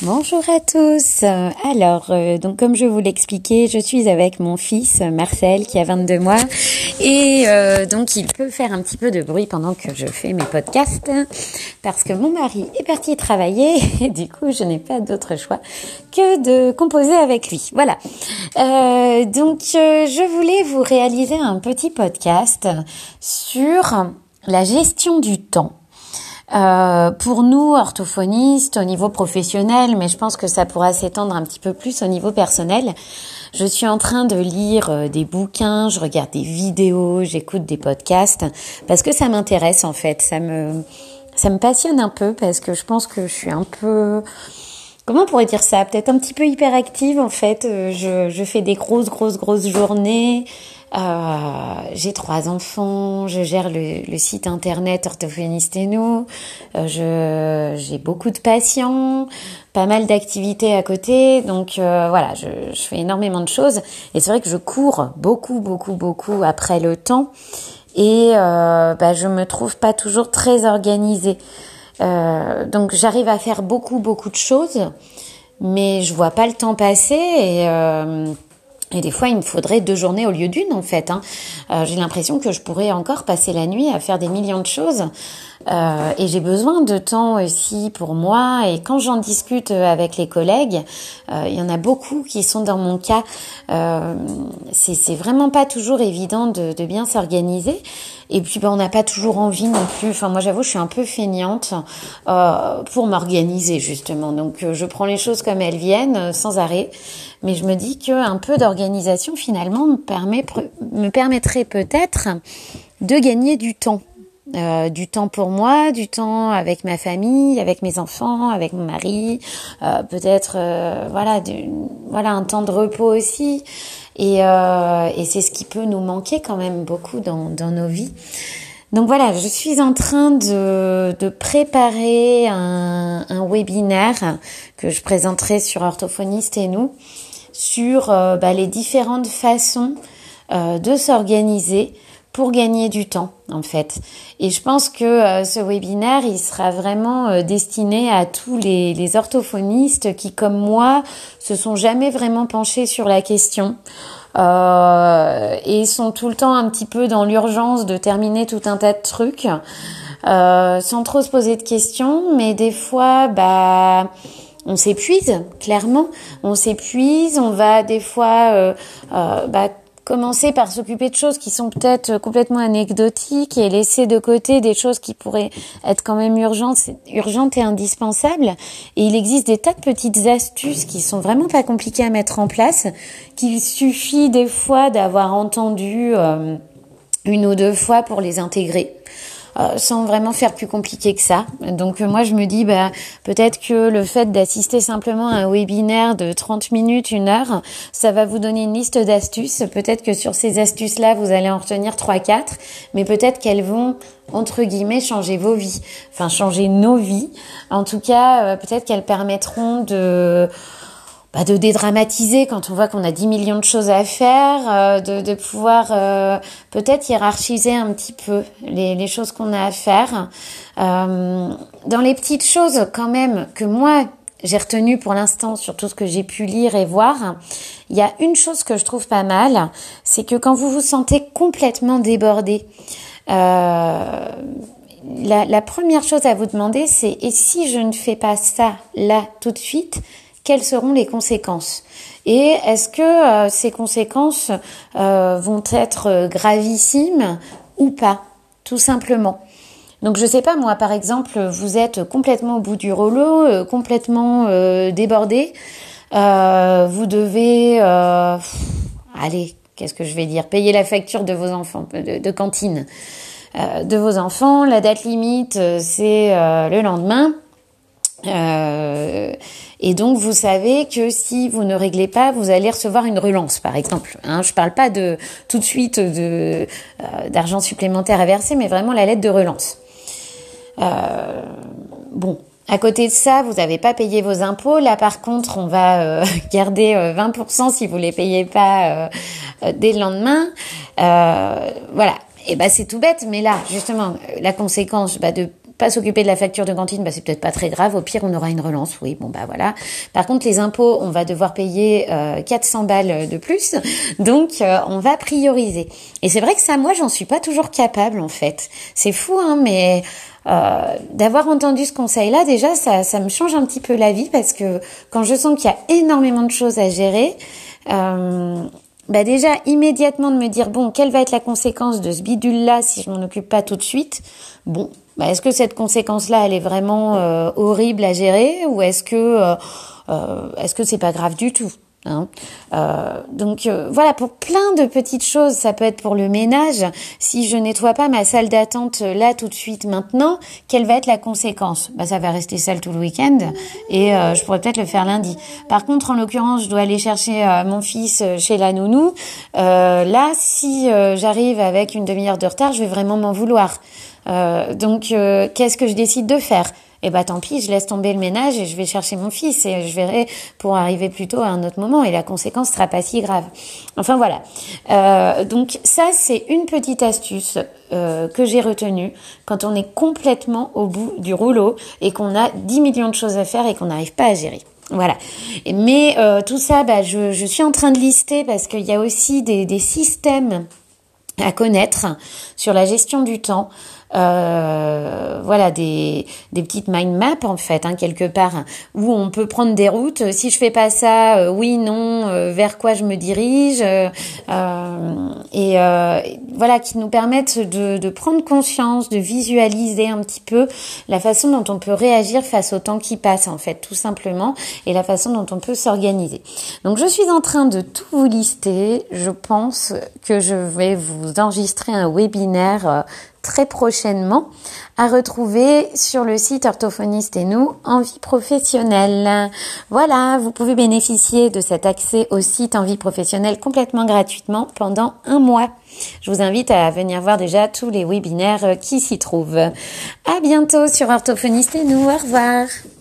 Bonjour à tous. Donc comme je vous l'expliquais, je suis avec mon fils Marcel qui a 22 mois et donc il peut faire un petit peu de bruit pendant que je fais mes podcasts parce que mon mari est parti travailler et du coup je n'ai pas d'autre choix que de composer avec lui. Voilà. Je voulais vous réaliser un petit podcast sur la gestion du temps. Pour nous, orthophonistes, au niveau professionnel, mais je pense que ça pourra s'étendre un petit peu plus au niveau personnel. Je suis en train de lire des bouquins, je regarde des vidéos, j'écoute des podcasts, parce que ça m'intéresse en fait. Ça me passionne un peu, parce que je pense que je suis un peu... Comment on pourrait dire ça? Peut-être un petit peu hyperactive en fait. Je fais des grosses journées. J'ai 3 enfants. Je gère le site internet Orthophoniste et nous. J'ai beaucoup de patients, pas mal d'activités à côté. Donc voilà, je fais énormément de choses. Et c'est vrai que je cours beaucoup après le temps. Et je me trouve pas toujours très organisée. Donc j'arrive à faire beaucoup de choses, mais je vois pas le temps passer et des fois il me faudrait 2 journées au lieu d'une en fait. J'ai l'impression que je pourrais encore passer la nuit à faire des millions de choses et j'ai besoin de temps aussi pour moi. Et quand j'en discute avec les collègues, il y en a beaucoup qui sont dans mon cas. C'est vraiment pas toujours évident de bien s'organiser. Et puis on n'a pas toujours envie non plus. Enfin moi j'avoue je suis un peu feignante pour m'organiser justement. Donc je prends les choses comme elles viennent sans arrêt. Mais je me dis qu'un peu d'organisation finalement me permettrait peut-être de gagner du temps. Du temps pour moi, du temps avec ma famille, avec mes enfants, avec mon mari, peut-être un temps de repos aussi. Et c'est ce qui peut nous manquer quand même beaucoup dans nos vies. Donc voilà, je suis en train de préparer un webinaire que je présenterai sur Orthophoniste et nous sur les différentes façons de s'organiser pour gagner du temps en fait. Et je pense que ce webinaire il sera vraiment destiné à tous les orthophonistes qui comme moi se sont jamais vraiment penchés sur la question et sont tout le temps un petit peu dans l'urgence de terminer tout un tas de trucs sans trop se poser de questions. Mais des fois on s'épuise, clairement. On s'épuise, on va des fois commencer par s'occuper de choses qui sont peut-être complètement anecdotiques et laisser de côté des choses qui pourraient être quand même urgentes et indispensables. Et il existe des tas de petites astuces qui sont vraiment pas compliquées à mettre en place, qu'il suffit des fois d'avoir entendu 1 ou 2 fois pour les intégrer. Sans vraiment faire plus compliqué que ça. Donc moi je me dis peut-être que le fait d'assister simplement à un webinaire de 30 minutes, 1 heure, ça va vous donner une liste d'astuces. Peut-être que sur ces astuces-là, vous allez en retenir 3-4, mais peut-être qu'elles vont entre guillemets changer vos vies, enfin changer nos vies. En tout cas, peut-être qu'elles permettront de dédramatiser quand on voit qu'on a 10 millions de choses à faire, de pouvoir peut-être hiérarchiser un petit peu les choses qu'on a à faire. Dans les petites choses quand même que moi j'ai retenues pour l'instant sur tout ce que j'ai pu lire et voir, il y a une chose que je trouve pas mal, c'est que quand vous vous sentez complètement débordé, la première chose à vous demander c'est: et si je ne fais pas ça là tout de suite, quelles seront les conséquences? Et est-ce que ces conséquences vont être gravissimes ou pas, tout simplement? Donc je sais pas, moi par exemple, vous êtes complètement au bout du rouleau, complètement débordé, vous devez, qu'est-ce que je vais dire, payer la facture de vos enfants, de cantine, de vos enfants, la date limite c'est le lendemain. Et donc vous savez que si vous ne réglez pas, vous allez recevoir une relance, par exemple. Je parle pas de tout de suite d'argent supplémentaire à verser, mais vraiment la lettre de relance. À côté de ça, vous n'avez pas payé vos impôts. Là, par contre, on va garder 20% si vous les payez pas dès le lendemain. Voilà. Et c'est tout bête, mais là, justement, la conséquence de pas s'occuper de la facture de cantine, c'est peut-être pas très grave. Au pire, on aura une relance. Oui, voilà. Par contre, les impôts, on va devoir payer 400 balles de plus. Donc, on va prioriser. Et c'est vrai que ça, moi, j'en suis pas toujours capable, en fait. C'est fou, mais d'avoir entendu ce conseil-là, déjà, ça me change un petit peu la vie parce que quand je sens qu'il y a énormément de choses à gérer, déjà immédiatement de me dire quelle va être la conséquence de ce bidule-là si je m'en occupe pas tout de suite. Est-ce que cette conséquence-là elle est vraiment horrible à gérer ou est-ce que c'est pas grave du tout, hein? Donc voilà, pour plein de petites choses, ça peut être pour le ménage. Si je nettoie pas ma salle d'attente là tout de suite maintenant, quelle va être la conséquence? Ça va rester sale tout le week-end et je pourrais peut-être le faire lundi. Par contre, en l'occurrence, je dois aller chercher mon fils chez la nounou. Là, si j'arrive avec une demi-heure de retard, je vais vraiment m'en vouloir. Donc, qu'est-ce que je décide de faire? Tant pis, je laisse tomber le ménage et je vais chercher mon fils et je verrai pour arriver plus tôt à un autre moment et la conséquence sera pas si grave. Enfin voilà. Donc ça, c'est une petite astuce que j'ai retenue quand on est complètement au bout du rouleau et qu'on a 10 millions de choses à faire et qu'on n'arrive pas à gérer. Voilà. Mais tout ça, je suis en train de lister parce qu'il y a aussi des systèmes à connaître sur la gestion du temps. Des petites mind maps en fait, quelque part, où on peut prendre des routes. Si je fais pas ça, oui, non, vers quoi je me dirige, qui nous permettent de prendre conscience, de visualiser un petit peu la façon dont on peut réagir face au temps qui passe en fait, tout simplement, et la façon dont on peut s'organiser. Donc je suis en train de tout vous lister. Je pense que je vais vous enregistrer un webinaire très prochainement à retrouver sur le site Orthophoniste et nous en vie professionnelle. Voilà, vous pouvez bénéficier de cet accès au site en vie professionnelle complètement gratuitement pendant 1 mois. Je vous invite à venir voir déjà tous les webinaires qui s'y trouvent. À bientôt sur Orthophoniste et nous. Au revoir.